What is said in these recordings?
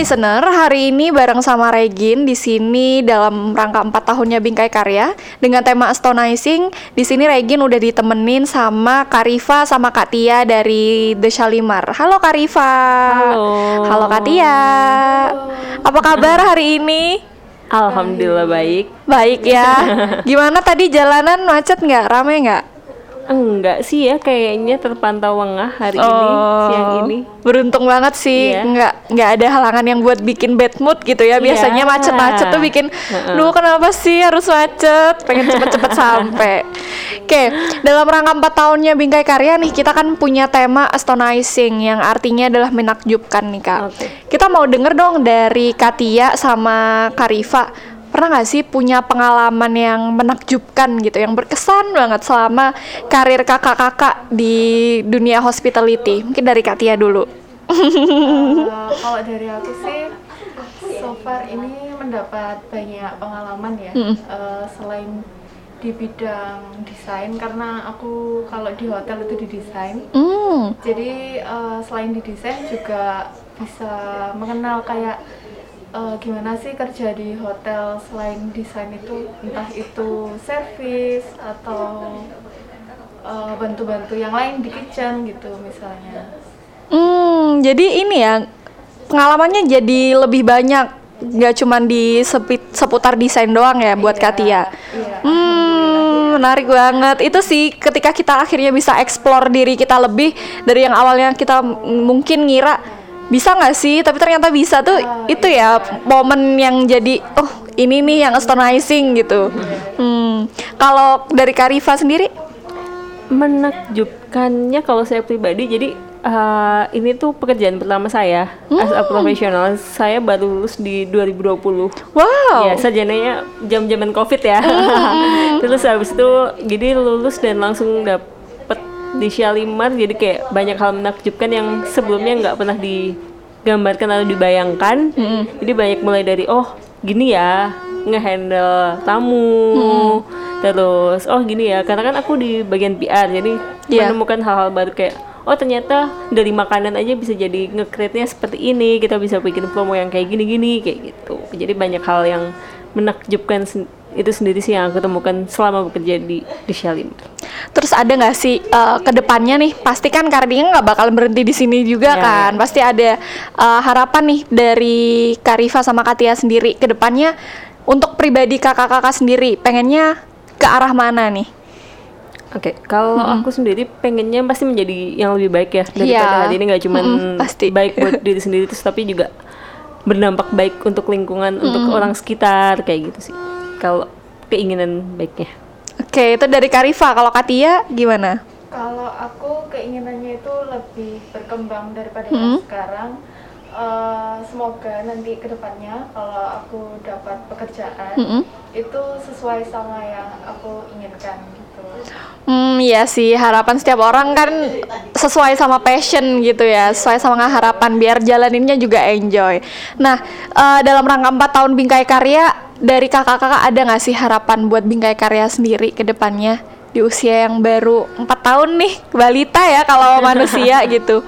listener, hari ini bareng sama Regin di sini dalam rangka 4 tahunnya Bingkai Karya dengan tema Astonizing. Di sini Regin udah ditemenin sama Kak Rifa sama Kak Tia dari The Shalimar. Halo Kak Rifa. Halo. Halo Kak Tia. Apa kabar hari ini? Alhamdulillah baik. Baik ya. Gimana tadi jalanan, macet nggak? Rame nggak? Enggak sih ya, kayaknya terpantau lengah hari ini, siang ini. Beruntung banget sih, Iya. nggak ada halangan yang buat bikin bad mood gitu ya. Biasanya Iya. macet-macet tuh bikin, duh kenapa sih harus macet? Pengen cepet-cepet sampai. Oke, dalam rangka 4 tahunnya Bingkai Karya nih, kita kan punya tema Astonizing yang artinya adalah menakjubkan nih Kak. Oke. Kita mau denger dong dari Kak Tia sama Kak Rifa. Pernah gak sih punya pengalaman yang menakjubkan gitu, yang berkesan banget selama karir kakak-kakak di dunia hospitality? Mungkin dari Kak Tia dulu. Kalau dari aku sih, so far ini mendapat banyak pengalaman ya. Selain di bidang desain, karena aku kalau di hotel itu di desain. Jadi selain di desain juga bisa mengenal kayak gimana sih kerja di hotel selain desain itu, entah itu service atau bantu-bantu yang lain di kitchen gitu misalnya. Jadi ini ya, pengalamannya jadi lebih banyak, nggak cuma di seputar desain doang ya buat Kak Tia. Menarik banget. Itu sih ketika kita akhirnya bisa explore diri kita lebih dari yang awalnya kita mungkin ngira bisa nggak sih, tapi ternyata bisa tuh. Itu ya momen yang jadi ini nih yang astonizing gitu. Kalau dari Kak Rifa sendiri? Menakjubkannya kalau saya pribadi, jadi ini tuh pekerjaan pertama saya as a profesional. Saya baru lulus di 2020. Wow. Ya, sarjananya jam-jaman Covid ya. Terus habis itu jadi lulus dan langsung dapet di Shalimar, jadi kayak banyak hal menakjubkan yang sebelumnya nggak pernah digambarkan atau dibayangkan. Jadi banyak mulai dari gini ya ngehandle tamu, terus gini ya, karena kan aku di bagian PR, jadi menemukan hal-hal baru kayak ternyata dari makanan aja bisa jadi nge-create-nya seperti ini, kita bisa bikin promo yang kayak gini-gini kayak gitu. Jadi banyak hal yang menakjubkan itu sendiri sih yang aku temukan selama bekerja di Shalimar. Terus ada nggak sih kedepannya nih? Pasti kan Kardinya nggak bakal berhenti di sini juga kan? Pasti ada harapan nih dari Kak Rifa sama Kak Tia sendiri kedepannya untuk pribadi kakak-kakak sendiri. Pengennya ke arah mana nih? Oke, kalau aku sendiri pengennya pasti menjadi yang lebih baik ya daripada hari ini. Nggak cuma baik buat diri sendiri terus, tapi juga berdampak baik untuk lingkungan, untuk orang sekitar kayak gitu sih. Kalau keinginan baiknya. Oke, itu dari Kak Rifa. Kalau Kak Tia gimana? Kalau aku keinginannya itu lebih berkembang daripada yang sekarang. Semoga nanti kedepannya kalau aku dapat pekerjaan itu sesuai sama yang aku inginkan gitu. Iya sih, harapan setiap orang kan sesuai sama passion gitu ya, sesuai sama harapan biar jalaninnya juga enjoy. Nah, dalam rangka 4 tahun Bingkai Karya, dari kakak-kakak ada nggak sih harapan buat Bingkai Karya sendiri ke depannya di usia yang baru 4 tahun nih, balita ya kalau manusia gitu.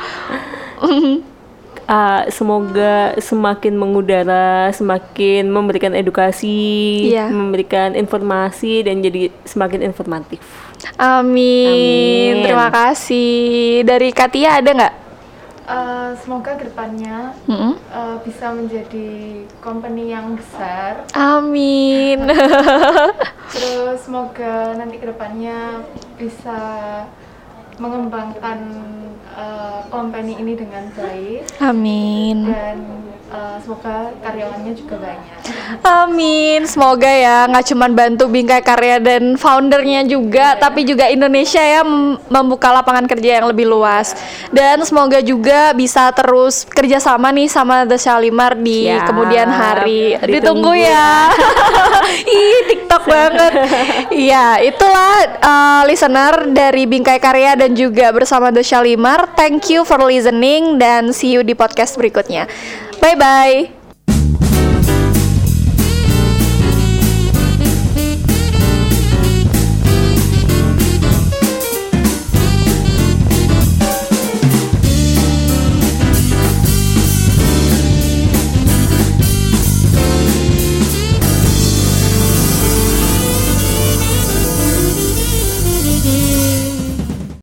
Semoga semakin mengudara, semakin memberikan edukasi, memberikan informasi dan jadi semakin informatif. Amin. Terima kasih. Dari Kak Tia ada nggak? Semoga kedepannya bisa menjadi company yang besar. Amin. Terus semoga nanti kedepannya bisa mengembangkan company ini dengan baik. Amin. Dan semoga karyawannya juga banyak. Amin. Semoga ya nggak cuma bantu Bingkai Karya dan foundernya juga, tapi juga Indonesia ya membuka lapangan kerja yang lebih luas. Dan semoga juga bisa terus kerjasama nih sama The Shalimar di kemudian hari. Ditunggu ya. Ih, TikTok banget. Iya, itulah listener dari Bingkai Karya dan juga bersama The Shalimar. Thank you for listening dan see you di podcast berikutnya. Bye-bye.